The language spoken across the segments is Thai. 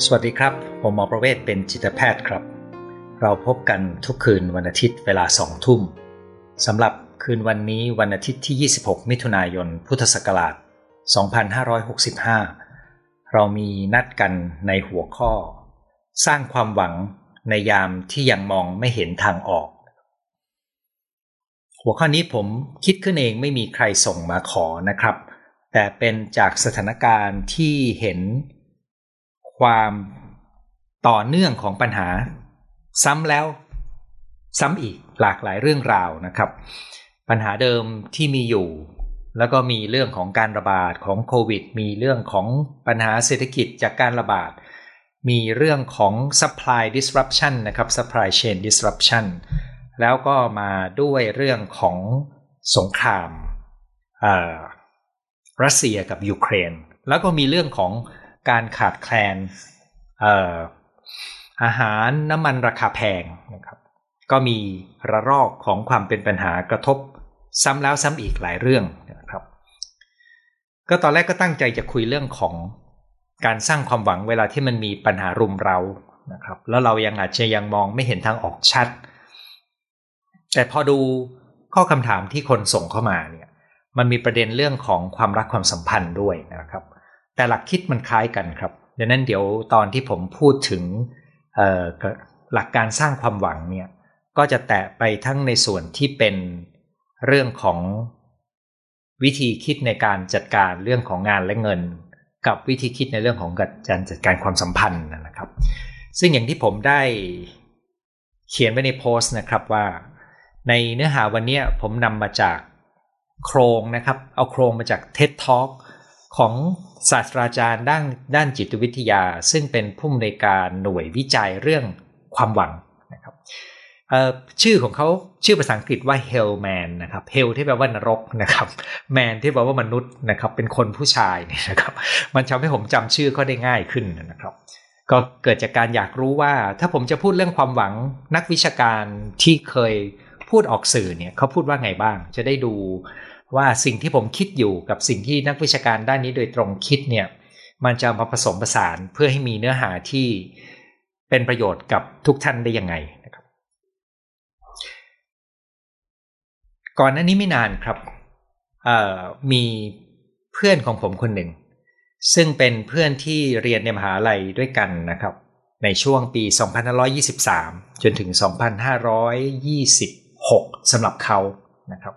สวัสดีครับผมหมอประเวศเป็นจิตแพทย์ครับเราพบกันทุกคืนวันอาทิตย์เวลา20:00 น.สำหรับคืนวันนี้วันอาทิตย์ที่26มิถุนายนพุทธศักราช2565เรามีนัดกันในหัวข้อสร้างความหวังในยามที่ยังมองไม่เห็นทางออกหัวข้อนี้ผมคิดขึ้นเองไม่มีใครส่งมาขอนะครับแต่เป็นจากสถานการณ์ที่เห็นความต่อเนื่องของปัญหาซ้ำแล้วซ้ำอีกหลากหลายเรื่องราวนะครับปัญหาเดิมที่มีอยู่แล้วก็มีเรื่องของการระบาดของโควิดมีเรื่องของปัญหาเศรษฐกิจจากการระบาดมีเรื่องของ supply disruption นะครับ supply chain disruption แล้วก็มาด้วยเรื่องของสงครามรัสเซียกับยูเครนแล้วก็มีเรื่องของการขาดแคลนอาหารน้ำมันราคาแพงนะครับก็มีระลอกของความเป็นปัญหากระทบซ้ำแล้วซ้ำอีกหลายเรื่องนะครับก็ตอนแรกก็ตั้งใจจะคุยเรื่องของการสร้างความหวังเวลาที่มันมีปัญหารุมเร้านะครับแล้วเราอาจจะยังมองไม่เห็นทางออกชัดแต่พอดูข้อคำถามที่คนส่งเข้ามาเนี่ยมันมีประเด็นเรื่องของความรักความสัมพันธ์ด้วยนะครับแต่หลักคิดมันคล้ายกันครับดังนั้นเดี๋ยวตอนที่ผมพูดถึงหลักการสร้างความหวังเนี่ยก็จะแตะไปทั้งในส่วนที่เป็นเรื่องของวิธีคิดในการจัดการเรื่องของงานและเงินกับวิธีคิดในเรื่องของการจัดการความสัมพันธ์นะครับซึ่งอย่างที่ผมได้เขียนไว้ในโพสต์นะครับว่าในเนื้อหาวันนี้ผมนำมาจากโครงนะครับเอาโครงมาจาก TED Talk ของศาสตราจารย์ด้านจิตวิทยาซึ่งเป็นผู้อำนวยการหน่วยวิจัยเรื่องความหวังนะครับชื่อของเขาชื่อภาษาอังกฤษว่า Hellman นะครับ Hell ที่แปลว่านรกนะครับ Man ที่แปลว่ามนุษย์นะครับเป็นคนผู้ชายเนี่ยนะครับมันทำให้ผมจำชื่อเขาได้ง่ายขึ้นนะครับก็เกิดจากการอยากรู้ว่าถ้าผมจะพูดเรื่องความหวังนักวิชาการที่เคยพูดออกสื่อเนี่ยเขาพูดว่าไงบ้างจะได้ดูว่าสิ่งที่ผมคิดอยู่กับสิ่งที่นักวิชาการด้านนี้โดยตรงคิดเนี่ยมันจะมาผสมผสานเพื่อให้มีเนื้อหาที่เป็นประโยชน์กับทุกท่านได้ยังไงนะครับก่อนหน้านี้ไม่นานครับมีเพื่อนของผมคนหนึ่งซึ่งเป็นเพื่อนที่เรียนในมหาลัยด้วยกันนะครับในช่วงปี2523จนถึง2526สำหรับเขานะครับ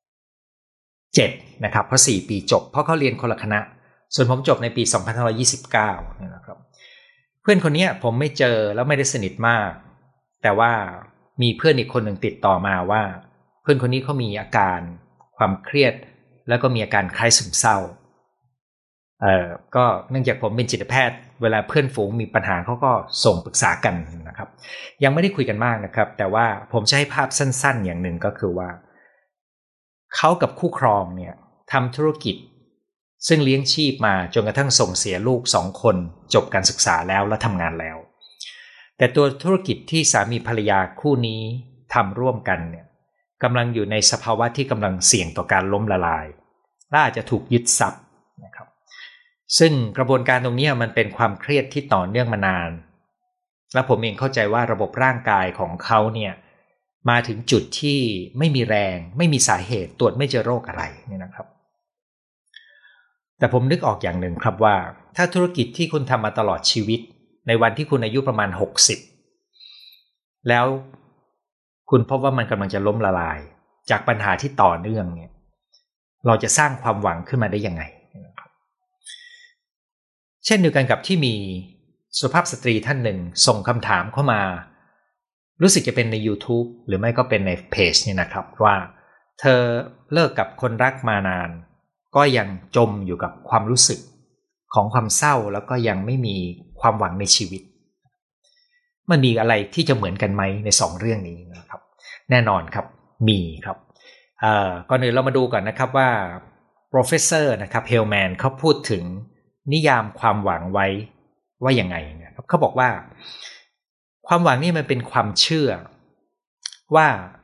7นะครับเพราะ4ปีจบเพราะเขาเรียนคนละคณะส่วนผมจบในปี2529นะครับเพื่อนคนนี้ผมไม่เจอแล้วไม่ได้สนิทมากแต่ว่ามีเพื่อนอีกคนหนึ่งติดต่อมาว่าเพื่อนคนนี้เขามีอาการความเครียดแล้วก็มีอาการคล้ายซึมเศร้าก็เนื่องจากผมเป็นจิตแพทย์เวลาเพื่อนฝูงมีปัญหาเขาก็ส่งปรึกษากันนะครับยังไม่ได้คุยกันมากนะครับแต่ว่าผมจะให้ภาพสั้นๆอย่างหนึ่งก็คือว่าเขากับคู่ครองเนี่ยทำธุรกิจซึ่งเลี้ยงชีพมาจนกระทั่งส่งเสียลูก2 คนจบการศึกษาแล้วและทำงานแล้วแต่ตัวธุรกิจที่สามีภรรยาคู่นี้ทำร่วมกันเนี่ยกำลังอยู่ในสภาวะที่กำลังเสี่ยงต่อการล้มละลายและอาจจะถูกยึดทรัพย์นะครับซึ่งกระบวนการตรงนี้มันเป็นความเครียดที่ต่อเนื่องมานานและผมเองเข้าใจว่าระบบร่างกายของเขาเนี่ยมาถึงจุดที่ไม่มีแรงไม่มีสาเหตุตรวจไม่เจอโรคอะไรเนี่ยนะครับแต่ผมนึกออกอย่างหนึ่งครับว่าถ้าธุรกิจที่คุณทำมาตลอดชีวิตในวันที่คุณอายุประมาณ60แล้วคุณพบว่ามันกำลังจะล้มละลายจากปัญหาที่ต่อเนื่องเนี่ยเราจะสร้างความหวังขึ้นมาได้ยังไงนะครับเช่นเดียวกันกับที่มีสุภาพสตรีท่านหนึ่งส่งคำถามเข้ามารู้สึกจะเป็นใน YouTube หรือไม่ก็เป็นในเพจนี่นะครับว่าเธอเลิกกับคนรักมานานก็ยังจมอยู่กับความรู้สึกของความเศร้าแล้วก็ยังไม่มีความหวังในชีวิตมันมีอะไรที่จะเหมือนกันไหมใน2 เรื่องนี้นะครับแน่นอนครับมีครับก่อนอื่นเรามาดูก่อนนะครับว่า Professor นะครับ Hellman เขาพูดถึงนิยามความหวังไว้ว่ายังไงนะครับเขาบอกว่าความหวังนี่มันเป็นความเชื่อว่า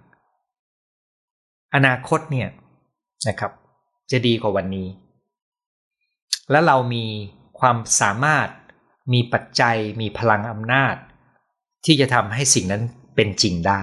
อนาคตเนี่ยนะครับจะดีกว่าวันนี้และเรามีความสามารถมีปัจจัยมีพลังอำนาจที่จะทำให้สิ่งนั้นเป็นจริงได้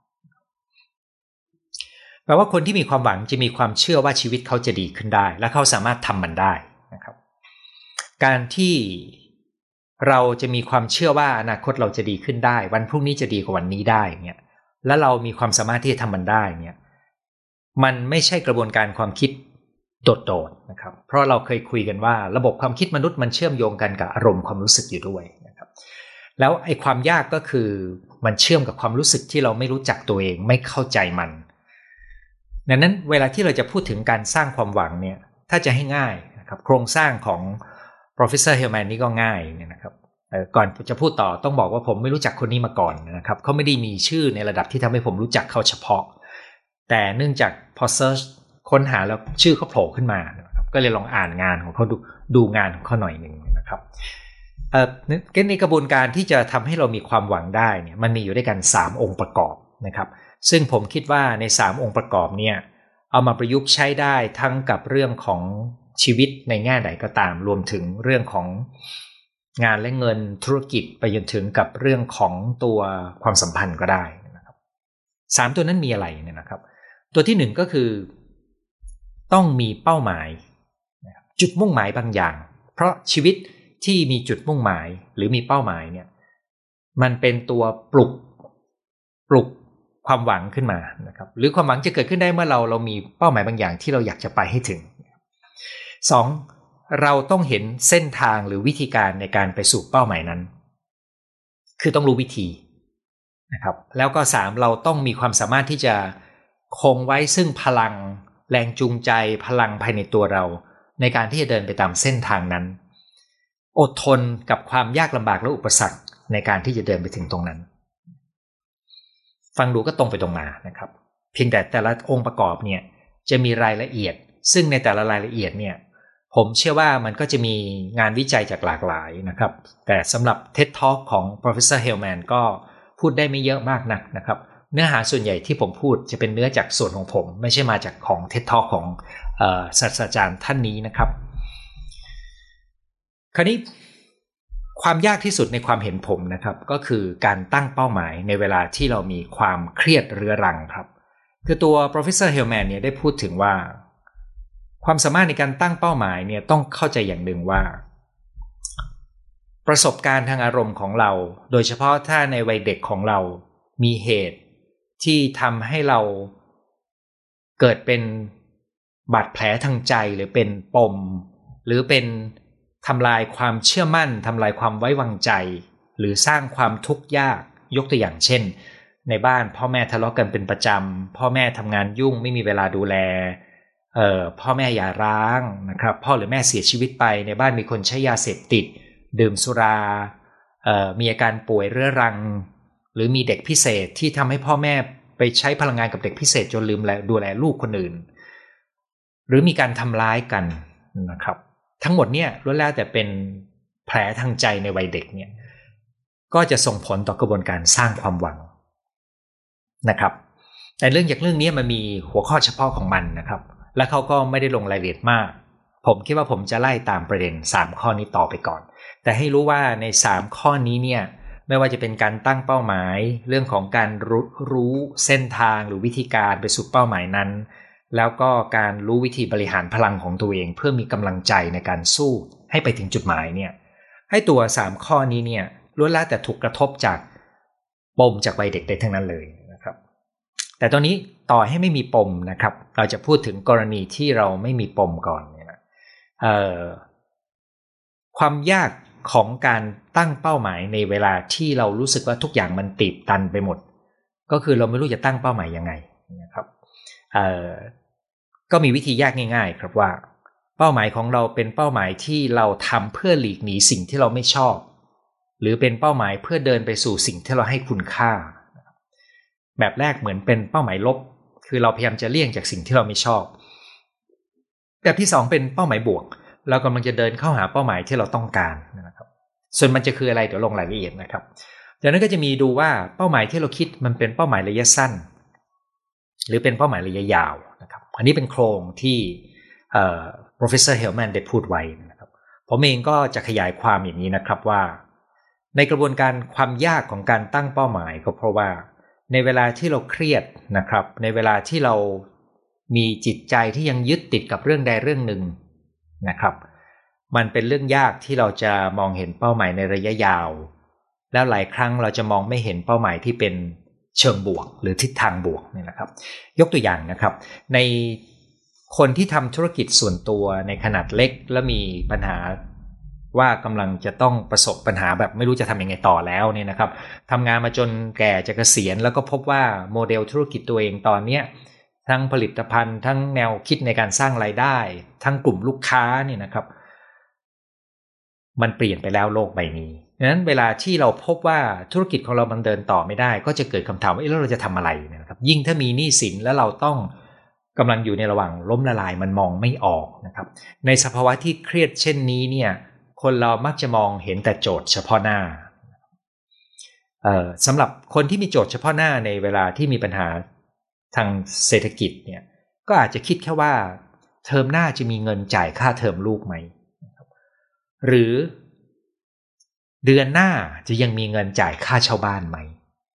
แปลว่าคนที่มีความหวังจะมีความเชื่อว่าชีวิตเขาจะดีขึ้นได้และเขาสามารถทำมันได้นะครับการที่เราจะมีความเชื่อว่าอนาคตเราจะดีขึ้นได้วันพรุ่งนี้จะดีกว่าวันนี้ได้เนี่ยและเรามีความสามารถที่จะทำมันได้เนี่ยมันไม่ใช่กระบวนการความคิดโดดๆนะครับเพราะเราเคยคุยกันว่าระบบความคิดมนุษย์มันเชื่อมโยงกันกับอารมณ์ความรู้สึกอยู่ด้วยนะครับแล้วไอ้ความยากก็คือมันเชื่อมกับความรู้สึกที่เราไม่รู้จักตัวเองไม่เข้าใจมันดังนั้นเวลาที่เราจะพูดถึงการสร้างความหวังเนี่ยถ้าจะให้ง่ายนะครับโครงสร้างของ Professor Hellman นี่ก็ง่ายเนี่ยนะครับก่อนจะพูดต่อต้องบอกว่าผมไม่รู้จักคนนี้มาก่อนนะครับเขาไม่ได้มีชื่อในระดับที่ทำให้ผมรู้จักเขาเฉพาะแต่เนื่องจากพอเซิร์ชค้นหาแล้วชื่อเขาโผล่ขึ้นมานะครับก็เลยลองอ่านงานของเขาดูงานของเขาหน่อยหนึ่งนะครับในกระบวนการที่จะทำให้เรามีความหวังได้เนี่ยมันมีอยู่ด้วยกัน3องค์ประกอบนะครับซึ่งผมคิดว่าใน3องค์ประกอบเนี่ยเอามาประยุกต์ใช้ได้ทั้งกับเรื่องของชีวิตในแง่ใดก็ตามรวมถึงเรื่องของงานและเงินธุรกิจไปจนถึงกับเรื่องของตัวความสัมพันธ์ก็ได้นะครับ3ตัวนั้นมีอะไรเนี่ยนะครับตัวที่1ก็คือต้องมีเป้าหมายจุดมุ่งหมายบางอย่างเพราะชีวิตที่มีจุดมุ่งหมายหรือมีเป้าหมายเนี่ยมันเป็นตัวปลุกความหวังขึ้นมานะครับหรือความหวังจะเกิดขึ้นได้เมื่อเรามีเป้าหมายบางอย่างที่เราอยากจะไปให้ถึง2เราต้องเห็นเส้นทางหรือวิธีการในการไปสู่เป้าหมายนั้นคือต้องรู้วิธีนะครับแล้วก็3เราต้องมีความสามารถที่จะคงไว้ซึ่งพลังแรงจูงใจพลังภายในตัวเราในการที่จะเดินไปตามเส้นทางนั้นอดทนกับความยากลำบากและอุปสรรคในการที่จะเดินไปถึงตรงนั้นฟังดูก็ตรงไปตรงมานะครับเพียงแต่ละองค์ประกอบเนี่ยจะมีรายละเอียดซึ่งในแต่ละรายละเอียดเนี่ยผมเชื่อว่ามันก็จะมีงานวิจัยจากหลากหลายนะครับแต่สำหรับ TED Talk ของ Professor Hellman ก็พูดได้ไม่เยอะมากนักนะครับเนื้อหาส่วนใหญ่ที่ผมพูดจะเป็นเนื้อจากส่วนของผมไม่ใช่มาจากของ TED Talk ของศาสตราจารย์ท่านนี้นะครับคราวนี้ความยากที่สุดในความเห็นผมนะครับก็คือการตั้งเป้าหมายในเวลาที่เรามีความเครียดเรื้อรังครับคือตัว Professor Hellman เนี่ยได้พูดถึงว่าความสามารถในการตั้งเป้าหมายเนี่ยต้องเข้าใจอย่างหนึ่งว่าประสบการณ์ทางอารมณ์ของเราโดยเฉพาะถ้าในวัยเด็กของเรามีเหตุที่ทำให้เราเกิดเป็นบาดแผลทางใจหรือเป็นปมหรือเป็นทำลายความเชื่อมั่นทำลายความไว้วางใจหรือสร้างความทุกข์ยากยกตัวอย่างเช่นในบ้านพ่อแม่ทะเลาะกันเป็นประจำพ่อแม่ทำงานยุ่งไม่มีเวลาดูแลพ่อแม่หย่าร้างนะครับพ่อหรือแม่เสียชีวิตไปในบ้านมีคนใช้ยาเสพติดดื่มสุรามีอาการป่วยเรื้อรังหรือมีเด็กพิเศษที่ทำให้พ่อแม่ไปใช้พลังงานกับเด็กพิเศษจนลืมดูแลลูกคนอื่นหรือมีการทำร้ายกันนะครับทั้งหมดเนี่ยล้วนแล้วแต่เป็นแผลทางใจในวัยเด็กเนี่ยก็จะส่งผลต่อกระบวนการสร้างความหวังนะครับแต่เรื่องนี้มันมีหัวข้อเฉพาะของมันนะครับและเขาก็ไม่ได้ลงรายละเอียดมากผมคิดว่าผมจะไล่ตามประเด็น3ข้อนี้ต่อไปก่อนแต่ให้รู้ว่าใน3ข้อนี้เนี่ยไม่ว่าจะเป็นการตั้งเป้าหมายเรื่องของการรู้เส้นทางหรือวิธีการไปสู่เป้าหมายนั้นแล้วก็การรู้วิธีบริหารพลังของตัวเองเพื่อมีกำลังใจในการสู้ให้ไปถึงจุดหมายเนี่ยให้ตัว3ข้อนี้เนี่ยล้วนแล้วแต่ถูกกระทบจากปมจากวัยเด็กได้ทั้งนั้นเลยนะครับแต่ตอนนี้ต่อให้ไม่มีปมนะครับเราจะพูดถึงกรณีที่เราไม่มีปมก่อนเนี่ยนะความยากของการตั้งเป้าหมายในเวลาที่เรารู้สึกว่าทุกอย่างมันตีบตันไปหมดก็คือเราไม่รู้จะตั้งเป้าหมายยังไงนะครับก็มีวิธีแยกง่ายๆครับว่าเป้าหมายของเราเป็นเป้าหมายที่เราทำเพื่อหลีกหนีสิ่งที่เราไม่ชอบหรือเป็นเป้าหมายเพื่อเดินไปสู่สิ่งที่เราให้คุณค่าแบบแรกเหมือนเป็นเป้าหมายลบคือเราพยายามจะเลี่ยงจากสิ่งที่เราไม่ชอบแบบที่2เป็นเป้าหมายบวกเรากำลังจะเดินเข้าหาเป้าหมายที่เราต้องการนะครับส่วนมันจะคืออะไรเดี๋ยวลงรายละเอียดนะครับจากนั้นก็จะมีดูว่าเป้าหมายที่เราคิดมันเป็นเป้าหมายระยะสั้นหรือเป็นเป้าหมายระยะยาวนะครับอันนี้เป็นโครงที่Professor Hellman ได้พูดไว้นะครับผมเองก็จะขยายความอย่างนี้นะครับว่าในกระบวนการความยากของการตั้งเป้าหมายก็เพราะว่าในเวลาที่เราเครียดนะครับในเวลาที่เรามีจิตใจที่ยังยึดติดกับเรื่องใดเรื่องหนึ่งนะครับมันเป็นเรื่องยากที่เราจะมองเห็นเป้าหมายในระยะยาวแล้วหลายครั้งเราจะมองไม่เห็นเป้าหมายที่เป็นเชิงบวกหรือทิศทางบวกเนี่ยนะครับยกตัวอย่างนะครับในคนที่ทำธุรกิจส่วนตัวในขนาดเล็กและมีปัญหาว่ากำลังจะต้องประสบปัญหาแบบไม่รู้จะทำยังไงต่อแล้วเนี่ยนะครับทำงานมาจนแก่จะเกษียณแล้วก็พบว่าโมเดลธุรกิจตัวเองตอนนี้ทั้งผลิตภัณฑ์ทั้งแนวคิดในการสร้างรายได้ทั้งกลุ่มลูกค้าเนี่ยนะครับมันเปลี่ยนไปแล้วโลกใบนี้ดังนั้นเวลาที่เราพบว่าธุรกิจของเรามันเดินต่อไม่ได้ก็จะเกิดคำถามว่าแล้วเราจะทำอะไรนะครับยิ่งถ้ามีหนี้สินแล้วเราต้องกำลังอยู่ในระหว่างล้มละลายมันมองไม่ออกนะครับในสภาวะที่เครียดเช่นนี้เนี่ยคนเรามักจะมองเห็นแต่โจทย์เฉพาะหน้าสำหรับคนที่มีโจทย์เฉพาะหน้าในเวลาที่มีปัญหาทางเศรษฐกิจเนี่ยก็อาจจะคิดแค่ว่าเทอมหน้าจะมีเงินจ่ายค่าเทอมลูกไหมหรือเดือนหน้าจะยังมีเงินจ่ายค่าเช่าบ้านไหม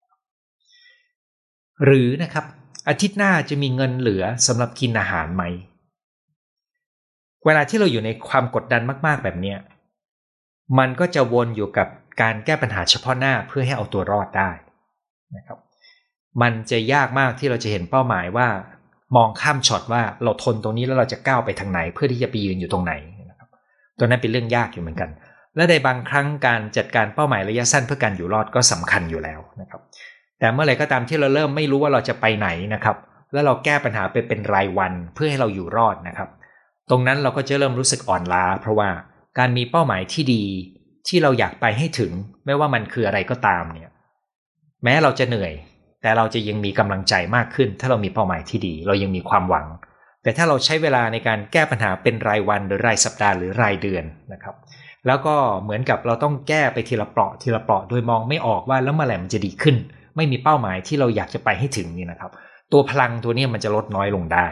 หรือนะครับอาทิตย์หน้าจะมีเงินเหลือสำหรับกินอาหารไหมเวลาที่เราอยู่ในความกดดันมากๆแบบนี้มันก็จะวนอยู่กับการแก้ปัญหาเฉพาะหน้าเพื่อให้เอาตัวรอดได้นะครับมันจะยากมากที่เราจะเห็นเป้าหมายว่ามองข้ามช็อตว่าเราทนตรงนี้แล้วเราจะก้าวไปทางไหนเพื่อที่จะไปยืนอยู่ตรงไหนนะครับตัวนั้นเป็นเรื่องยากอยู่เหมือนกันและในบางครั้งการจัดการเป้าหมายระยะสั้นเพื่อการอยู่รอดก็สำคัญอยู่แล้วนะครับแต่เมื่อไหร่ก็ตามที่เราเริ่มไม่รู้ว่าเราจะไปไหนนะครับแล้วเราแก้ปัญหาไปเป็นรายวันเพื่อให้เราอยู่รอดนะครับตรงนั้นเราก็จะเริ่มรู้สึกอ่อนล้าเพราะว่าการมีเป้าหมายที่ดีที่เราอยากไปให้ถึงไม่ว่ามันคืออะไรก็ตามเนี่ยแม้เราจะเหนื่อยแต่เราจะยังมีกำลังใจมากขึ้นถ้าเรามีเป้าหมายที่ดีเรายังมีความหวังแต่ถ้าเราใช้เวลาในการแก้ปัญหาเป็นรายวันหรือรายสัปดาห์หรือรายเดือนนะครับแล้วก็เหมือนกับเราต้องแก้ไปทีละเปราะทีละเปราะโดยมองไม่ออกว่าแล้วเมื่อไหร่มันจะดีขึ้นไม่มีเป้าหมายที่เราอยากจะไปให้ถึงนี่นะครับตัวพลังตัวนี้มันจะลดน้อยลงได้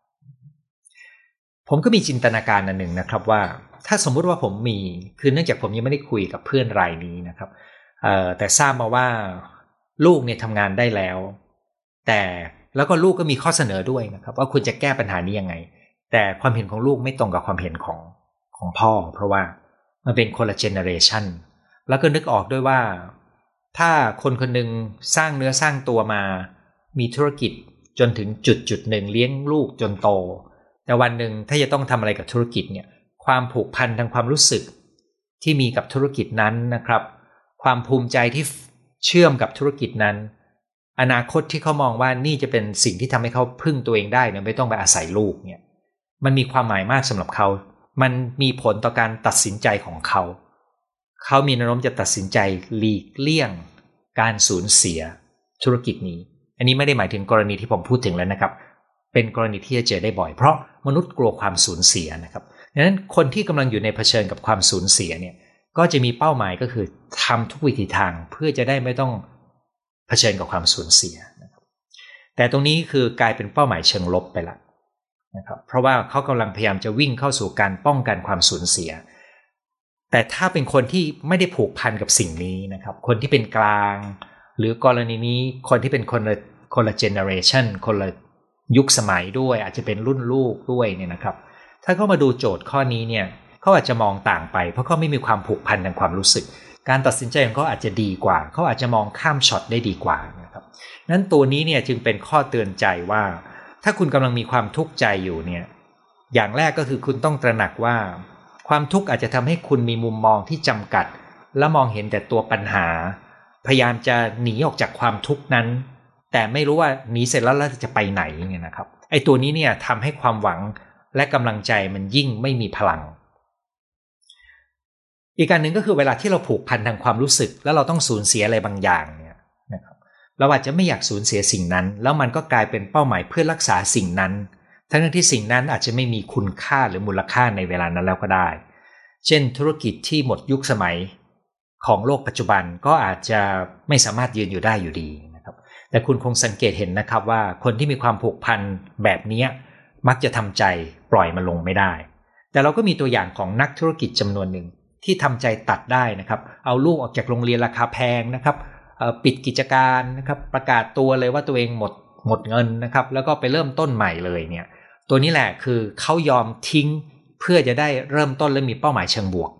ผมก็มีจินตนาการอันหนึ่งนะครับว่าถ้าสมมุติว่าผมมีคือเนื่องจากผมยังไม่ได้คุยกับเพื่อนรายนี้นะครับแต่ทราบมาว่าลูกเนี่ยทำงานได้แล้วแต่แล้วก็ลูกก็มีข้อเสนอด้วยนะครับว่าคุณจะแก้ปัญหานี้ยังไงแต่ความเห็นของลูกไม่ตรงกับความเห็นของพ่อเพราะว่ามันเป็นคนละเจเนอเรชันแล้วก็นึกออกด้วยว่าถ้าคนคนหนึ่งสร้างเนื้อสร้างตัวมามีธุรกิจจนถึงจุดหนึ่งเลี้ยงลูกจนโตแต่วันหนึ่งถ้าจะต้องทำอะไรกับธุรกิจเนี่ยความผูกพันทางความรู้สึกที่มีกับธุรกิจนั้นนะครับความภูมิใจที่เชื่อมกับธุรกิจนั้นอนาคตที่เขามองว่านี่จะเป็นสิ่งที่ทำให้เขาพึ่งตัวเองได้เนี่ยไม่ต้องไปอาศัยลูกเนี่ยมันมีความหมายมากสำหรับเขามันมีผลต่อการตัดสินใจของเขามีแนวโน้มจะตัดสินใจหลีกเลี่ยงการสูญเสียธุรกิจนี้อันนี้ไม่ได้หมายถึงกรณีที่ผมพูดถึงแล้วนะครับเป็นกรณีที่จะเจอได้บ่อยเพราะมนุษย์กลัวความสูญเสียนะครับดังนั้นคนที่กำลังอยู่ในเผชิญกับความสูญเสียเนี่ยก็จะมีเป้าหมายก็คือทำทุกวิถีทางเพื่อจะได้ไม่ต้องเผชิญกับความสูญเสียนะครับแต่ตรงนี้คือกลายเป็นเป้าหมายเชิงลบไปละนะครับเพราะว่าเขากำลังพยายามจะวิ่งเข้าสู่การป้องกันความสูญเสียแต่ถ้าเป็นคนที่ไม่ได้ผูกพันกับสิ่งนี้นะครับคนที่เป็นกลางหรือกรณีนี้คนที่เป็นคนละเจเนอเรชันคนละยุคสมัยด้วยอาจจะเป็นรุ่นลูกด้วยเนี่ยนะครับถ้าเขามาดูโจทย์ข้อนี้เนี่ยเขาอาจจะมองต่างไปเพราะเขาไม่มีความผูกพันทางความรู้สึกการตัดสินใจของเขาอาจจะดีกว่าเขาอาจจะมองข้ามช็อตได้ดีกว่านะครับนั้นตัวนี้เนี่ยจึงเป็นข้อเตือนใจว่าถ้าคุณกำลังมีความทุกข์ใจอยู่เนี่ยอย่างแรกก็คือคุณต้องตระหนักว่าความทุกข์อาจจะทำให้คุณมีมุมมองที่จำกัดและมองเห็นแต่ตัวปัญหาพยายามจะหนีออกจากความทุกข์นั้นแต่ไม่รู้ว่าหนีเสร็จแล้วจะไปไหนเนี่ยนะครับไอ้ตัวนี้เนี่ยทำให้ความหวังและกำลังใจมันยิ่งไม่มีพลังอีกการหนึ่งก็คือเวลาที่เราผูกพันทางความรู้สึกแล้วเราต้องสูญเสียอะไรบางอย่างเนี่ยนะครับเราอาจจะไม่อยากสูญเสียสิ่งนั้นแล้วมันก็กลายเป็นเป้าหมายเพื่อรักษาสิ่งนั้นทั้งที่สิ่งนั้นอาจจะไม่มีคุณค่าหรือมูลค่าในเวลานั้นแล้วก็ได้เช่นธุรกิจที่หมดยุคสมัยของโลกปัจจุบันก็อาจจะไม่สามารถยืนอยู่ได้อยู่ดีนะครับแต่คุณคงสังเกตเห็นนะครับว่าคนที่มีความผูกพันแบบนี้มักจะทำใจปล่อยมันลงไม่ได้แต่เราก็มีตัวอย่างของนักธุรกิจจำนวนหนึ่งที่ทำใจตัดได้นะครับเอาลูกออกจากโรงเรียนราคาแพงนะครับปิดกิจการนะครับประกาศตัวเลยว่าตัวเองหมดเงินนะครับแล้วก็ไปเริ่มต้นใหม่เลยเนี่ยตัวนี้แหละคือเขายอมทิ้งเพื่อจะได้เริ่มต้นและมีเป้าหมายเชิงบวก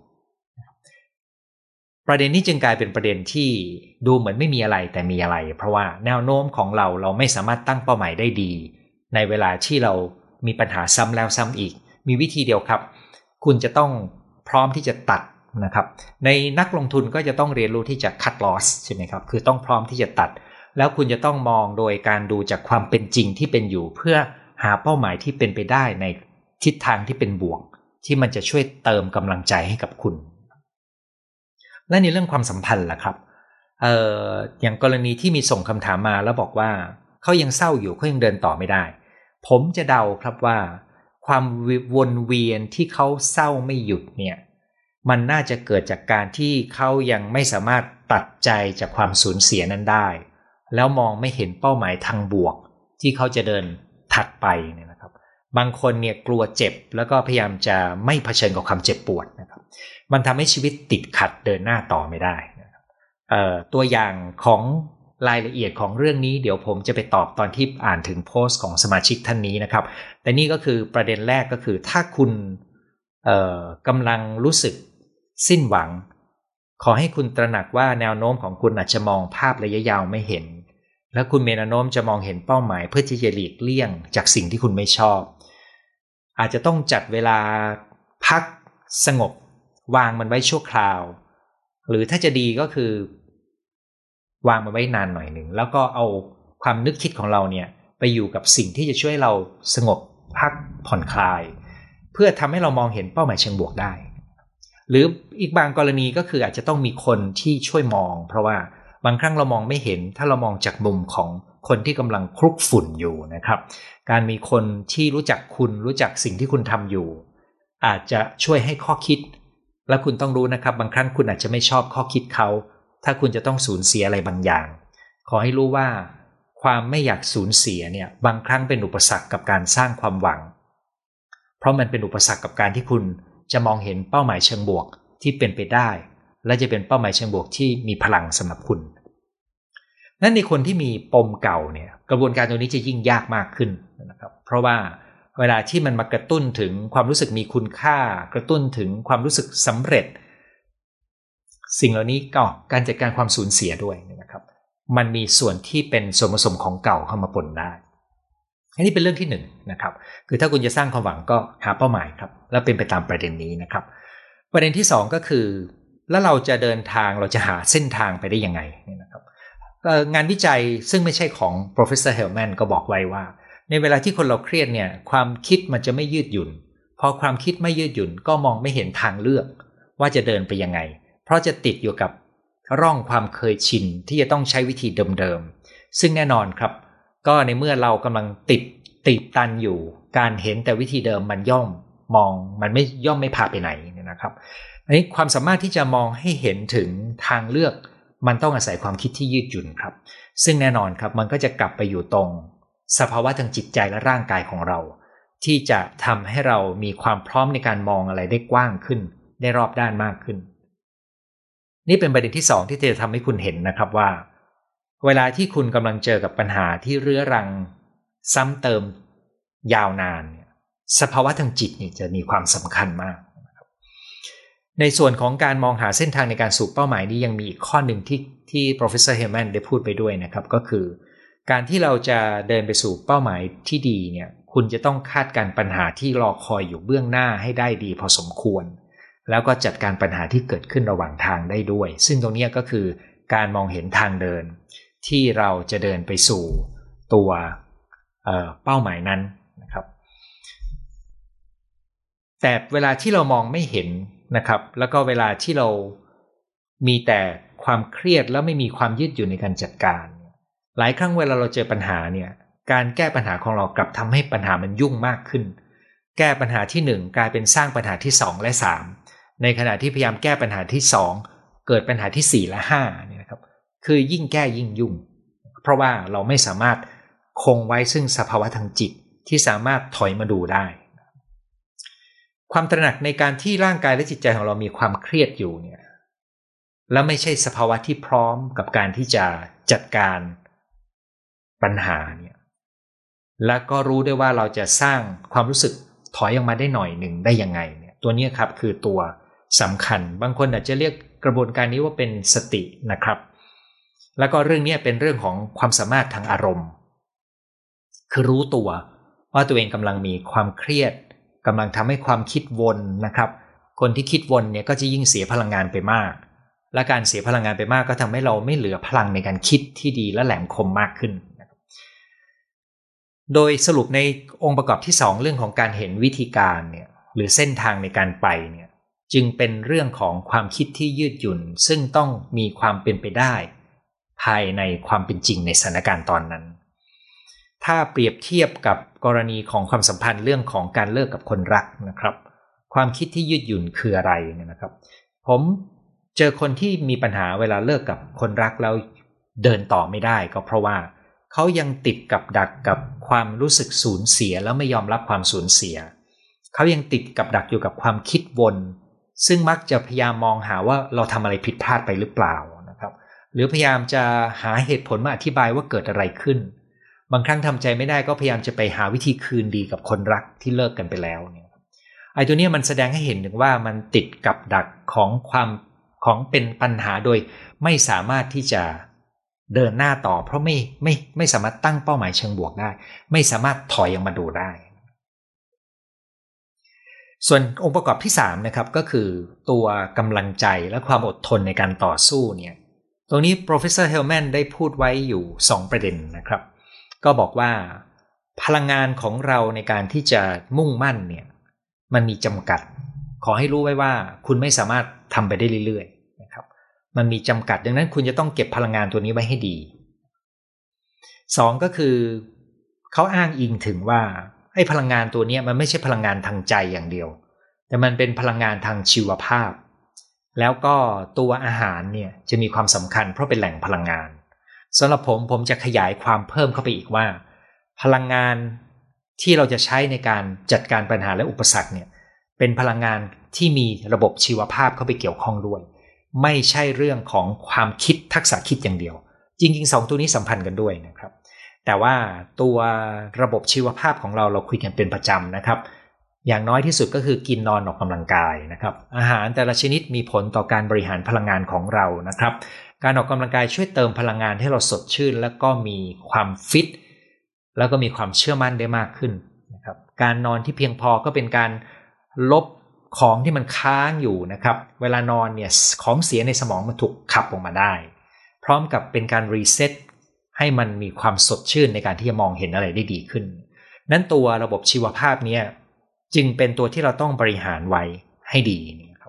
ประเด็นนี้จึงกลายเป็นประเด็นที่ดูเหมือนไม่มีอะไรแต่มีอะไรเพราะว่าแนวโน้มของเราไม่สามารถตั้งเป้าหมายได้ดีในเวลาที่เรามีปัญหาซ้ำแล้วซ้ำอีกมีวิธีเดียวครับคุณจะต้องพร้อมที่จะตัดนะครับในนักลงทุนก็จะต้องเรียนรู้ที่จะ cut loss ใช่ไหมครับคือต้องพร้อมที่จะตัดแล้วคุณจะต้องมองโดยการดูจากความเป็นจริงที่เป็นอยู่เพื่อหาเป้าหมายที่เป็นไปได้ในทิศทางที่เป็นบวกที่มันจะช่วยเติมกำลังใจให้กับคุณและในเรื่องความสัมพันธ์ล่ะครับอย่างกรณีที่มีส่งคำถามมาแล้วบอกว่าเขายังเศร้าอยู่เขายังเดินต่อไม่ได้ผมจะเดาครับว่าความวนเวียนที่เขาเศร้าไม่หยุดเนี่ยมันน่าจะเกิดจากการที่เขายังไม่สามารถตัดใจจากความสูญเสียนั้นได้แล้วมองไม่เห็นเป้าหมายทางบวกที่เขาจะเดินถัดไปเนี่ยนะครับบางคนเนี่ยกลัวเจ็บแล้วก็พยายามจะไม่เผชิญกับความเจ็บปวดนะครับมันทำให้ชีวิตติดขัดเดินหน้าต่อไม่ได้นะครับตัวอย่างของรายละเอียดของเรื่องนี้เดี๋ยวผมจะไปตอบตอนที่อ่านถึงโพสต์ของสมาชิกท่านนี้นะครับแต่นี่ก็คือประเด็นแรกก็คือถ้าคุณกำลังรู้สึกสิ้นหวังขอให้คุณตระหนักว่าแนวโน้มของคุณอาจจะมองภาพระยะยาวไม่เห็นและคุณมีแนวโน้มจะมองเห็นเป้าหมายเพื่อที่จะหลีกเลี่ยงจากสิ่งที่คุณไม่ชอบอาจจะต้องจัดเวลาพักสงบวางมันไว้ชั่วคราวหรือถ้าจะดีก็คือวางมันไว้นานหน่อยหนึ่งแล้วก็เอาความนึกคิดของเราเนี่ยไปอยู่กับสิ่งที่จะช่วยเราสงบพักผ่อนคลายเพื่อทำให้เรามองเห็นเป้าหมายเชิงบวกได้หรืออีกบางกรณีก็คืออาจจะต้องมีคนที่ช่วยมองเพราะว่าบางครั้งเรามองไม่เห็นถ้าเรามองจากมุมของคนที่กำลังคลุกฝุ่นอยู่นะครับการมีคนที่รู้จักคุณรู้จักสิ่งที่คุณทำอยู่อาจจะช่วยให้ข้อคิดและคุณต้องรู้นะครับบางครั้งคุณอาจจะไม่ชอบข้อคิดเขาถ้าคุณจะต้องสูญเสียอะไรบางอย่างขอให้รู้ว่าความไม่อยากสูญเสียเนี่ยบางครั้งเป็นอุปสรรคกับการสร้างความหวังเพราะมันเป็นอุปสรรคกับการที่คุณจะมองเห็นเป้าหมายเชิงบวกที่เป็นไปได้และจะเป็นเป้าหมายเชิงบวกที่มีพลังสำหรับคุณนั้นในคนที่มีปมเก่าเนี่ยกระบวนการตรงนี้จะยิ่งยากมากขึ้นนะครับเพราะว่าเวลาที่มันมากระตุ้นถึงความรู้สึกมีคุณค่ากระตุ้นถึงความรู้สึกสำเร็จสิ่งเหล่านี้ก็การจัดการความสูญเสียด้วยนะครับมันมีส่วนที่เป็นส่วนผสมของเก่าเข้ามาปนได้อันนี้เป็นเรื่องที่นะครับคือถ้าคุณจะสร้างความหวังก็หาเป้าหมายครับแล้วเป็นไปตามประเด็นนี้นะครับประเด็นที่2ก็คือแล้วเราจะเดินทางเราจะหาเส้นทางไปได้ยังไงนะครับงานวิจัยซึ่งไม่ใช่ของ Professor Hellman ก็บอกไว้ว่าในเวลาที่คนเราเครียดเนี่ยความคิดมันจะไม่ยืดหยุ่นพอความคิดไม่ยืดหยุ่นก็มองไม่เห็นทางเลือกว่าจะเดินไปยังไงเพราะจะติดอยู่กับร่องความเคยชินที่จะต้องใช้วิธีเดิมๆซึ่งแน่นอนครับก็ในเมื่อเรากำลังติดตันอยู่การเห็นแต่วิธีเดิมมันย่อมมองมันไม่ย่อมไม่พาไปไหนนะครับอันนี้ความสามารถที่จะมองให้เห็นถึงทางเลือกมันต้องอาศัยความคิดที่ยืดหยุ่นครับซึ่งแน่นอนครับมันก็จะกลับไปอยู่ตรงสภาวะทางจิตใจและร่างกายของเราที่จะทำให้เรามีความพร้อมในการมองอะไรได้กว้างขึ้นได้รอบด้านมากขึ้นนี่เป็นประเด็นที่2ที่จะทำให้คุณเห็นนะครับว่าเวลาที่คุณกำลังเจอกับปัญหาที่เรื้อรังซ้ำเติมยาวนานสภาวะทางจิตนี่จะมีความสำคัญมากในส่วนของการมองหาเส้นทางในการสู่เป้าหมายนี้ยังมีอีกข้อหนึ่งที่ Professor Hellman ได้พูดไปด้วยนะครับก็คือการที่เราจะเดินไปสู่เป้าหมายที่ดีเนี่ยคุณจะต้องคาดการปัญหาที่รอคอยอยู่เบื้องหน้าให้ได้ดีพอสมควรแล้วก็จัดการปัญหาที่เกิดขึ้นระหว่างทางได้ด้วยซึ่งตรงนี้ก็คือการมองเห็นทางเดินที่เราจะเดินไปสู่ตัวเป้าหมายนั้นนะครับแต่เวลาที่เรามองไม่เห็นนะครับแล้วก็เวลาที่เรามีแต่ความเครียดแล้วไม่มีความยืดหยุ่นในการจัดการหลายครั้งเวลาเราเจอปัญหาเนี่ยการแก้ปัญหาของเรากลับทำให้ปัญหามันยุ่งมากขึ้นแก้ปัญหาที่1กลายเป็นสร้างปัญหาที่2และ3ในขณะที่พยายามแก้ปัญหาที่2เกิดปัญหาที่4และ5เนี่ยนะครับคือยิ่งแก้ยิ่งยุ่งเพราะว่าเราไม่สามารถคงไว้ซึ่งสภาวะทางจิตที่สามารถถอยมาดูได้ความตระหนักในการที่ร่างกายและจิตใจของเรามีความเครียดอยู่เนี่ยแล้วไม่ใช่สภาวะที่พร้อมกับการที่จะจัดการปัญหาเนี่ยแล้วก็รู้ด้วยว่าเราจะสร้างความรู้สึกถอยออกมาได้หน่อยหนึ่งได้ยังไงเนี่ยตัวนี้ครับคือตัวสำคัญบางคนอาจจะเรียกกระบวนการนี้ว่าเป็นสตินะครับแล้วก็เรื่องนี้เป็นเรื่องของความสามารถทางอารมณ์คือรู้ตัวว่าตัวเองกำลังมีความเครียดกำลังทำให้ความคิดวนนะครับคนที่คิดวนเนี่ยก็จะยิ่งเสียพลังงานไปมากและการเสียพลังงานไปมากก็ทำให้เราไม่เหลือพลังในการคิดที่ดีและแหลมคมมากขึ้นโดยสรุปในองค์ประกอบที่2เรื่องของการเห็นวิธีการเนี่ยหรือเส้นทางในการไปเนี่ยจึงเป็นเรื่องของความคิดที่ยืดหยุ่นซึ่งต้องมีความเป็นไปได้ภายในความเป็นจริงในสถานการณ์ตอนนั้นถ้าเปรียบเทียบกับกรณีของความสัมพันธ์เรื่องของการเลิกกับคนรักนะครับความคิดที่ยืดหยุ่นคืออะไรเนี่ยนะครับผมเจอคนที่มีปัญหาเวลาเลิกกับคนรักแล้วเดินต่อไม่ได้ก็เพราะว่าเขายังติดกับดักกับความรู้สึกสูญเสียแล้วไม่ยอมรับความสูญเสียเขายังติดกับดักอยู่กับความคิดวนซึ่งมักจะพยายามมองหาว่าเราทำอะไรผิดพลาดไปหรือเปล่านะครับหรือพยายามจะหาเหตุผลมาอธิบายว่าเกิดอะไรขึ้นบางครั้งทำใจไม่ได้ก็พยายามจะไปหาวิธีคืนดีกับคนรักที่เลิกกันไปแล้วเนี่ยไอ้ตัวนี้มันแสดงให้เห็นถึงว่ามันติดกับดักของเป็นปัญหาโดยไม่สามารถที่จะเดินหน้าต่อเพราะไม่สามารถตั้งเป้าหมายเชิงบวกได้ไม่สามารถถอยออกมาดูได้ส่วนองค์ประกอบที่3นะครับก็คือตัวกำลังใจและความอดทนในการต่อสู้เนี่ยตรงนี้ Professor Hellman ได้พูดไว้อยู่2ประเด็นนะครับก็บอกว่าพลังงานของเราในการที่จะมุ่งมั่นเนี่ยมันมีจำกัดขอให้รู้ไว้ว่าคุณไม่สามารถทำไปได้เรื่อยๆนะครับมันมีจำกัดดังนั้นคุณจะต้องเก็บพลังงานตัวนี้ไว้ให้ดี2ก็คือเขาอ้างอิงถึงว่าไอ้พลังงานตัวนี้มันไม่ใช่พลังงานทางใจอย่างเดียวแต่มันเป็นพลังงานทางชีวภาพแล้วก็ตัวอาหารเนี่ยจะมีความสำคัญเพราะเป็นแหล่งพลังงานสำหรับผมจะขยายความเพิ่มเข้าไปอีกว่าพลังงานที่เราจะใช้ในการจัดการปัญหาและอุปสรรคเนี่ยเป็นพลังงานที่มีระบบชีวภาพเข้าไปเกี่ยวข้องด้วยไม่ใช่เรื่องของความคิดทักษะคิดอย่างเดียวจริงๆ2ตัวนี้สัมพันธ์กันด้วยนะครับแต่ว่าตัวระบบชีวภาพของเราคุยกันเป็นประจำนะครับอย่างน้อยที่สุดก็คือกินนอนออกกำลังกายนะครับอาหารแต่ละชนิดมีผลต่อการบริหารพลังงานของเรานะครับการออกกำลังกายช่วยเติมพลังงานให้เราสดชื่นแล้วก็มีความฟิตแล้วก็มีความเชื่อมั่นได้มากขึ้นนะครับการนอนที่เพียงพอก็เป็นการลบของที่มันค้างอยู่นะครับเวลานอนเนี่ยของเสียในสมองมันถูกขับออกมาได้พร้อมกับเป็นการรีเซ็ตให้มันมีความสดชื่นในการที่จะมองเห็นอะไรได้ดีขึ้นนั้นตัวระบบชีวภาพนี้จึงเป็นตัวที่เราต้องบริหารไว้ให้ดีนะครับ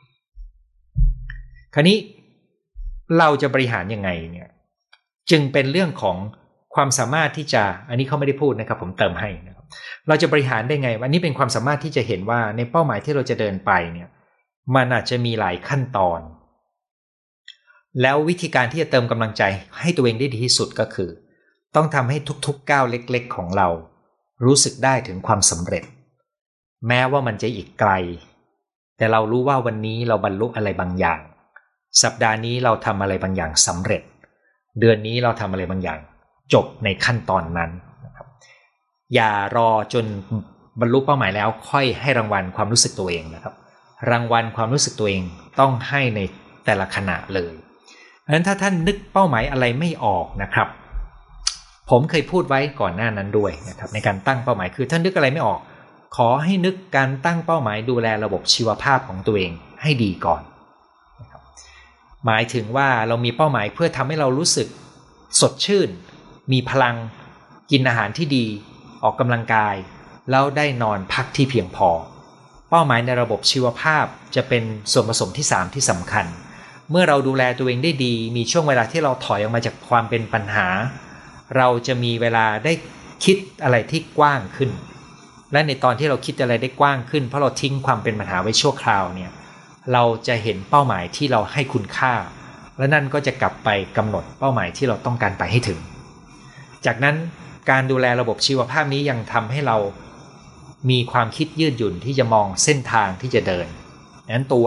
คราวนี้เราจะบริหารยังไงเนี่ยจึงเป็นเรื่องของความสามารถที่จะอันนี้เขาไม่ได้พูดนะครับผมเติมให้นะครับเราจะบริหารได้ไงอันนี้เป็นความสามารถที่จะเห็นว่าในเป้าหมายที่เราจะเดินไปเนี่ยมันอาจจะมีหลายขั้นตอนแล้ววิธีการที่จะเติมกำลังใจให้ตัวเองได้ดีที่สุดก็คือต้องทำให้ทุกๆก้าวเล็กๆของเรารู้สึกได้ถึงความสำเร็จแม้ว่ามันจะอีกไกลแต่เรารู้ว่าวันนี้เราบรรลุอะไรบางอย่างสัปดาห์นี้เราทำอะไรบางอย่างสำเร็จเดือนนี้เราทำอะไรบางอย่างจบในขั้นตอนนั้นนะครับอย่ารอจนบรรลุเป้าหมายแล้วค่อยให้รางวัลความรู้สึกตัวเองนะครับรางวัลความรู้สึกตัวเองต้องให้ในแต่ละขณะเลยเพราะฉะนั้นถ้าท่านนึกเป้าหมายอะไรไม่ออกนะครับผมเคยพูดไว้ก่อนหน้านั้นด้วยนะครับในการตั้งเป้าหมายคือท่านนึกอะไรไม่ออกขอให้นึกการตั้งเป้าหมายดูแลระบบชีวภาพของตัวเองให้ดีก่อนนะครับหมายถึงว่าเรามีเป้าหมายเพื่อทำให้เรารู้สึกสดชื่นมีพลังกินอาหารที่ดีออกกำลังกายแล้วได้นอนพักที่เพียงพอเป้าหมายในระบบชีวภาพจะเป็นส่วนผสมที่3ที่สำคัญเมื่อเราดูแลตัวเองได้ดีมีช่วงเวลาที่เราถอยออกมาจากความเป็นปัญหาเราจะมีเวลาได้คิดอะไรที่กว้างขึ้นและในตอนที่เราคิดอะไรได้กว้างขึ้นเพราะเราทิ้งความเป็นปัญหาไว้ชั่วคราวเนี่ยเราจะเห็นเป้าหมายที่เราให้คุณค่าและนั่นก็จะกลับไปกำหนดเป้าหมายที่เราต้องการไปให้ถึงจากนั้นการดูแลระบบชีวภาพนี้ยังทำให้เรามีความคิดยืดหยุ่นที่จะมองเส้นทางที่จะเดินนั้นตัว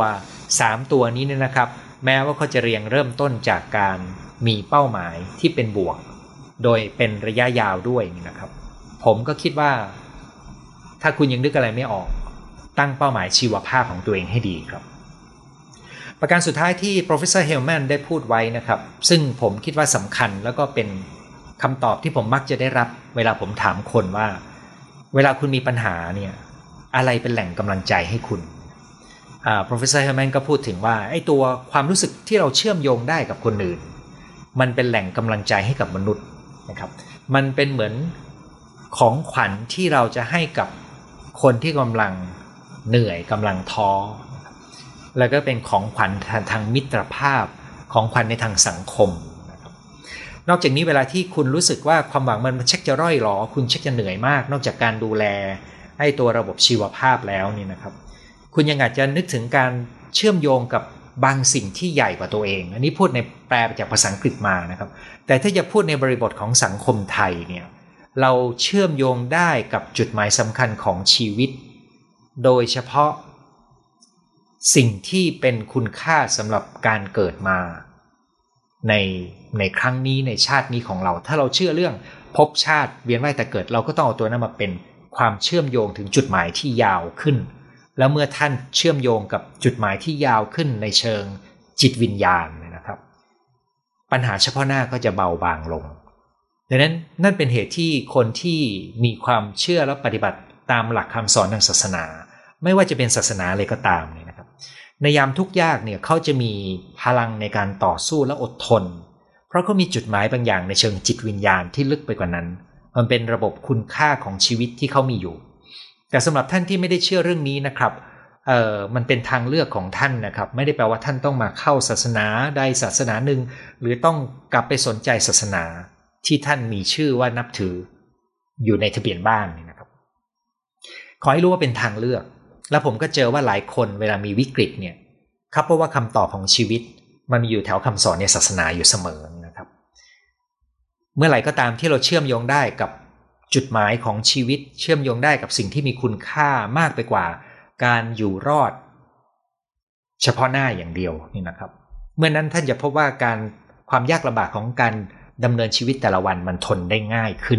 3ตัวนี้เนี่ยนะครับแม้ว่าเขาจะเรียงเริ่มต้นจากการมีเป้าหมายที่เป็นบวกโดยเป็นระยะยาวด้วยนะครับผมก็คิดว่าถ้าคุณยังนึกอะไรไม่ออกตั้งเป้าหมายชีวภาพของตัวเองให้ดีครับประการสุดท้ายที่ Professor Hellman ได้พูดไว้นะครับซึ่งผมคิดว่าสำคัญแล้วก็เป็นคำตอบที่ผมมักจะได้รับเวลาผมถามคนว่าเวลาคุณมีปัญหาเนี่ยอะไรเป็นแหล่งกำลังใจให้คุณProfessor Hellman ก็พูดถึงว่าไอ้ตัวความรู้สึกที่เราเชื่อมโยงได้กับคนอื่นมันเป็นแหล่งกำลังใจให้กับมนุษย์นะครับมันเป็นเหมือนของขวัญที่เราจะให้กับคนที่กำลังเหนื่อยกำลังท้อแล้วก็เป็นของขวัญทางมิตรภาพของขวัญในทางสังคมนะครับนอกจากนี้เวลาที่คุณรู้สึกว่าความหวังมันชักจะร่อยหรอคุณชักจะเหนื่อยมากนอกจากการดูแลให้ตัวระบบชีวภาพแล้วนี่นะครับคุณยังอาจจะนึกถึงการเชื่อมโยงกับบางสิ่งที่ใหญ่กว่าตัวเองอันนี้พูดในแปลจากภาษาอังกฤษมานะครับแต่ถ้าจะพูดในบริบทของสังคมไทยเนี่ยเราเชื่อมโยงได้กับจุดหมายสำคัญของชีวิตโดยเฉพาะสิ่งที่เป็นคุณค่าสำหรับการเกิดมาในครั้งนี้ในชาตินี้ของเราถ้าเราเชื่อเรื่องภพชาติเวียนว่ายแต่เกิดเราก็ต้องเอาตัวนั้นมาเป็นความเชื่อมโยงถึงจุดหมายที่ยาวขึ้นแล้วเมื่อท่านเชื่อมโยงกับจุดหมายที่ยาวขึ้นในเชิงจิตวิญญาณนะครับปัญหาเฉพาะหน้าก็จะเบาบางลงดังนั้นนั่นเป็นเหตุที่คนที่มีความเชื่อและปฏิบัติตามหลักคำสอนทางศาสนาไม่ว่าจะเป็นศาสนาอะไรก็ตามเนี่ยนะครับในยามทุกข์ยากเนี่ยเขาจะมีพลังในการต่อสู้และอดทนเพราะเขามีจุดหมายบางอย่างในเชิงจิตวิญญาณที่ลึกไปกว่านั้นมันเป็นระบบคุณค่าของชีวิตที่เขามีอยู่แต่สำหรับท่านที่ไม่ได้เชื่อเรื่องนี้นะครับมันเป็นทางเลือกของท่านนะครับไม่ได้แปลว่าท่านต้องมาเข้าศาสนาใดศาสนาหนึ่งหรือต้องกลับไปสนใจศาสนาที่ท่านมีชื่อว่านับถืออยู่ในทะเบียนบ้านนะครับขอให้รู้ว่าเป็นทางเลือกแล้วผมก็เจอว่าหลายคนเวลามีวิกฤตเนี่ยครับเพราะว่าคำตอบของชีวิตมันมีอยู่แถวคำสอนในศาสนาอยู่เสมอนะครับเมื่อไหร่ก็ตามที่เราเชื่อมโยงได้กับจุดหมายของชีวิตเชื่อมโยงได้กับสิ่งที่มีคุณค่ามากไปกว่าการอยู่รอดเฉพาะหน้าอย่างเดียวนี่นะครับเมื่อนั้นท่านจะพบว่าความยากลำบากของการดำเนินชีวิตแต่ละวันมันทนได้ง่ายขึ้น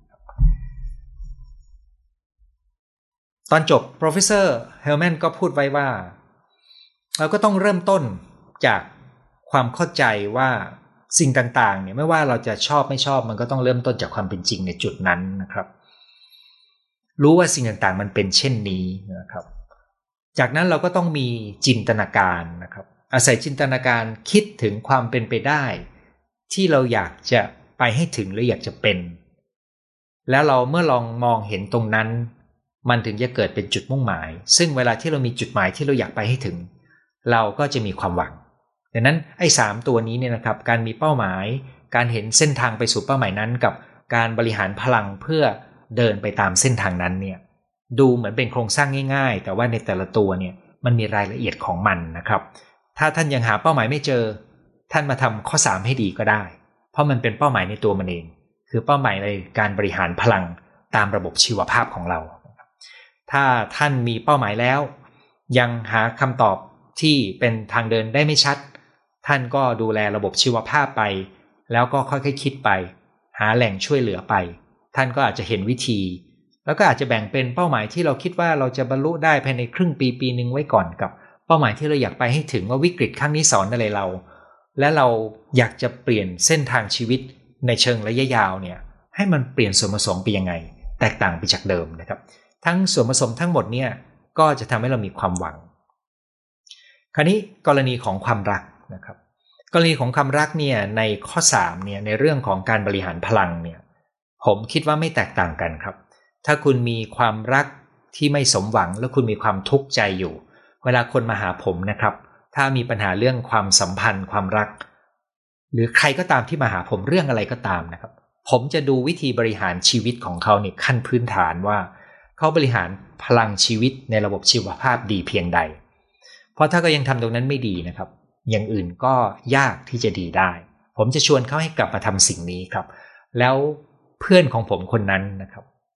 ตอนจบ Professor Hellman ก็พูดไว้ว่าเราก็ต้องเริ่มต้นจากความเข้าใจว่าสิ่งต่างๆเนี่ยไม่ว่าเราจะชอบไม่ชอบมันก็ต้องเริ่มต้นจากความเป็นจริงในจุดนั้นนะครับรู้ว่าสิ่งต่างๆมันเป็นเช่นนี้นะครับจากนั้นเราก็ต้องมีจินตนาการนะครับอาศัยจินตนาการคิดถึงความเป็นไปได้ที่เราอยากจะไปให้ถึงหรืออยากจะเป็นแล้วเราเมื่อลองมองเห็นตรงนั้นมันถึงจะเกิดเป็นจุดมุ่งหมายซึ่งเวลาที่เรามีจุดหมายที่เราอยากไปให้ถึงเราก็จะมีความหวังดังนั้นไอ้3ตัวนี้เนี่ยนะครับการมีเป้าหมายการเห็นเส้นทางไปสู่เป้าหมายนั้นกับการบริหารพลังเพื่อเดินไปตามเส้นทางนั้นเนี่ยดูเหมือนเป็นโครงสร้างง่ายๆแต่ว่าในแต่ละตัวเนี่ยมันมีรายละเอียดของมันนะครับถ้าท่านยังหาเป้าหมายไม่เจอท่านมาทำข้อ3ให้ดีก็ได้เพราะมันเป็นเป้าหมายในตัวมันเองคือเป้าหมายในการบริหารพลังตามระบบชีวภาพของเราถ้าท่านมีเป้าหมายแล้วยังหาคำตอบที่เป็นทางเดินได้ไม่ชัดท่านก็ดูแลระบบชีวภาพไปแล้วก็ค่อยๆคิดไปหาแหล่งช่วยเหลือไปท่านก็อาจจะเห็นวิธีแล้วก็อาจจะแบ่งเป็นเป้าหมายที่เราคิดว่าเราจะบรรลุได้ภายในครึ่งปีนึงไว้ก่อนกับเป้าหมายที่เราอยากไปให้ถึงว่าวิกฤตครั้งนี้สอนอะไรเราและเราอยากจะเปลี่ยนเส้นทางชีวิตในเชิงระยะยาวเนี่ยให้มันเปลี่ยนส่วนผสมไปยังไงแตกต่างไปจากเดิมนะครับทั้งส่วนผสมทั้งหมดเนี่ยก็จะทำให้เรามีความหวังคราวนี้กรณีของความรักนะครับกรณีของความรักเนี่ยในข้อ3เนี่ยในเรื่องของการบริหารพลังเนี่ยผมคิดว่าไม่แตกต่างกันครับถ้าคุณมีความรักที่ไม่สมหวังแล้วคุณมีความทุกข์ใจอยู่เวลาคนมาหาผมนะครับถ้ามีปัญหาเรื่องความสัมพันธ์ความรักหรือใครก็ตามที่มาหาผมเรื่องอะไรก็ตามนะครับผมจะดูวิธีบริหารชีวิตของเขาเนี่ยขั้นพื้นฐานว่าเขาบริหารพลังชีวิตในระบบชีวภาพดีเพียงใดเพราะถ้าก็ยังทำตรงนั้นไม่ดีนะครับอย่างอื่นก็ยากที่จะดีได้ผมจะชวนเขาให้กลับมาทำสิ่งนี้ครับแล้วเพื่อนของผมคนนั้นนะครับ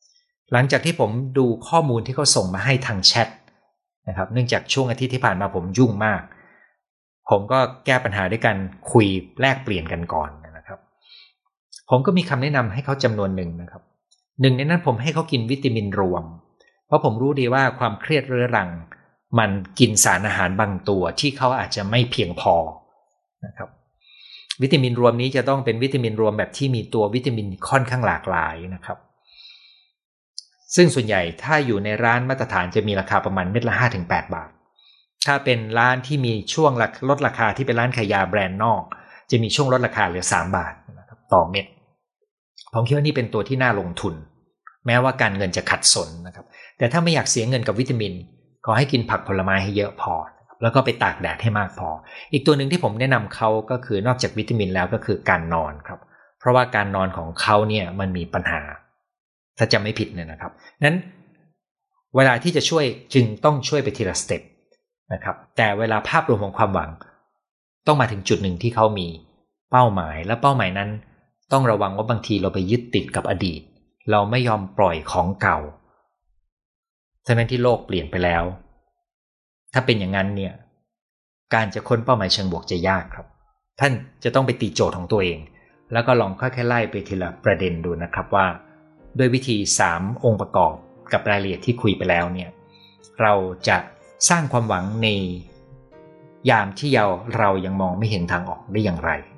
หลังจากที่ผมดูข้อมูลที่เขาส่งมาให้ทางแชทนะครับเนื่องจากช่วงอาทิตย์ที่ผ่านมาผมยุ่งมากผมก็แก้ปัญหาด้วยการคุยแลกเปลี่ยนกันก่อนนะครับผมก็มีคำแนะนำให้เขาจำนวนหนึ่งนะครับหนึ่งในนั้นผมให้เขากินวิตามินรวมเพราะผมรู้ดีว่าความเครียดเรื้อรังมันกินสารอาหารบางตัวที่เขาอาจจะไม่เพียงพอนะครับวิตามินรวมนี้จะต้องเป็นวิตามินรวมแบบที่มีตัววิตามินค่อนข้างหลากหลายนะครับซึ่งส่วนใหญ่ถ้าอยู่ในร้านมาตรฐานจะมีราคาประมาณเม็ดละ 5-8 บาทถ้าเป็นร้านที่มีช่วงลดราคาที่เป็นร้านขายยาแบรนด์นอกจะมีช่วงลดราคาเหลือ3 บาทนะครับต่อเม็ดผมคิดว่านี่เป็นตัวที่น่าลงทุนแม้ว่าการเงินจะขัดสนนะครับแต่ถ้าไม่อยากเสียเงินกับวิตามินก็ให้กินผักผลไม้ให้เยอะพอแล้วก็ไปตากแดดให้มากพออีกตัวหนึ่งที่ผมแนะนำเขาก็คือนอกจากวิตามินแล้วก็คือการนอนครับเพราะว่าการนอนของเขาเนี่ยมันมีปัญหาถ้าจำไม่ผิดเนี่ยนะครับนั้นเวลาที่จะช่วยจึงต้องช่วยไปทีละสเต็ปนะครับแต่เวลาภาพรวมของความหวังต้องมาถึงจุดหนึ่งที่เขามีเป้าหมายและเป้าหมายนั้นต้องระวังว่าบางทีเราไปยึดติดกับอดีตเราไม่ยอมปล่อยของเก่าทั้งที่โลกเปลี่ยนไปแล้วถ้าเป็นอย่างนั้นเนี่ยการจะค้นเป้าหมายเชิงบวกจะยากครับท่านจะต้องไปตีโจทย์ของตัวเองแล้วก็ลองค่อยๆไล่ไปทีละประเด็นดูนะครับว่าด้วยวิธี3องค์ประกอบกับรายละเอียดที่คุยไปแล้วเนี่ยเราจะสร้างความหวังในยามที่เรายังมองไม่เห็นทางออกได้อย่างไร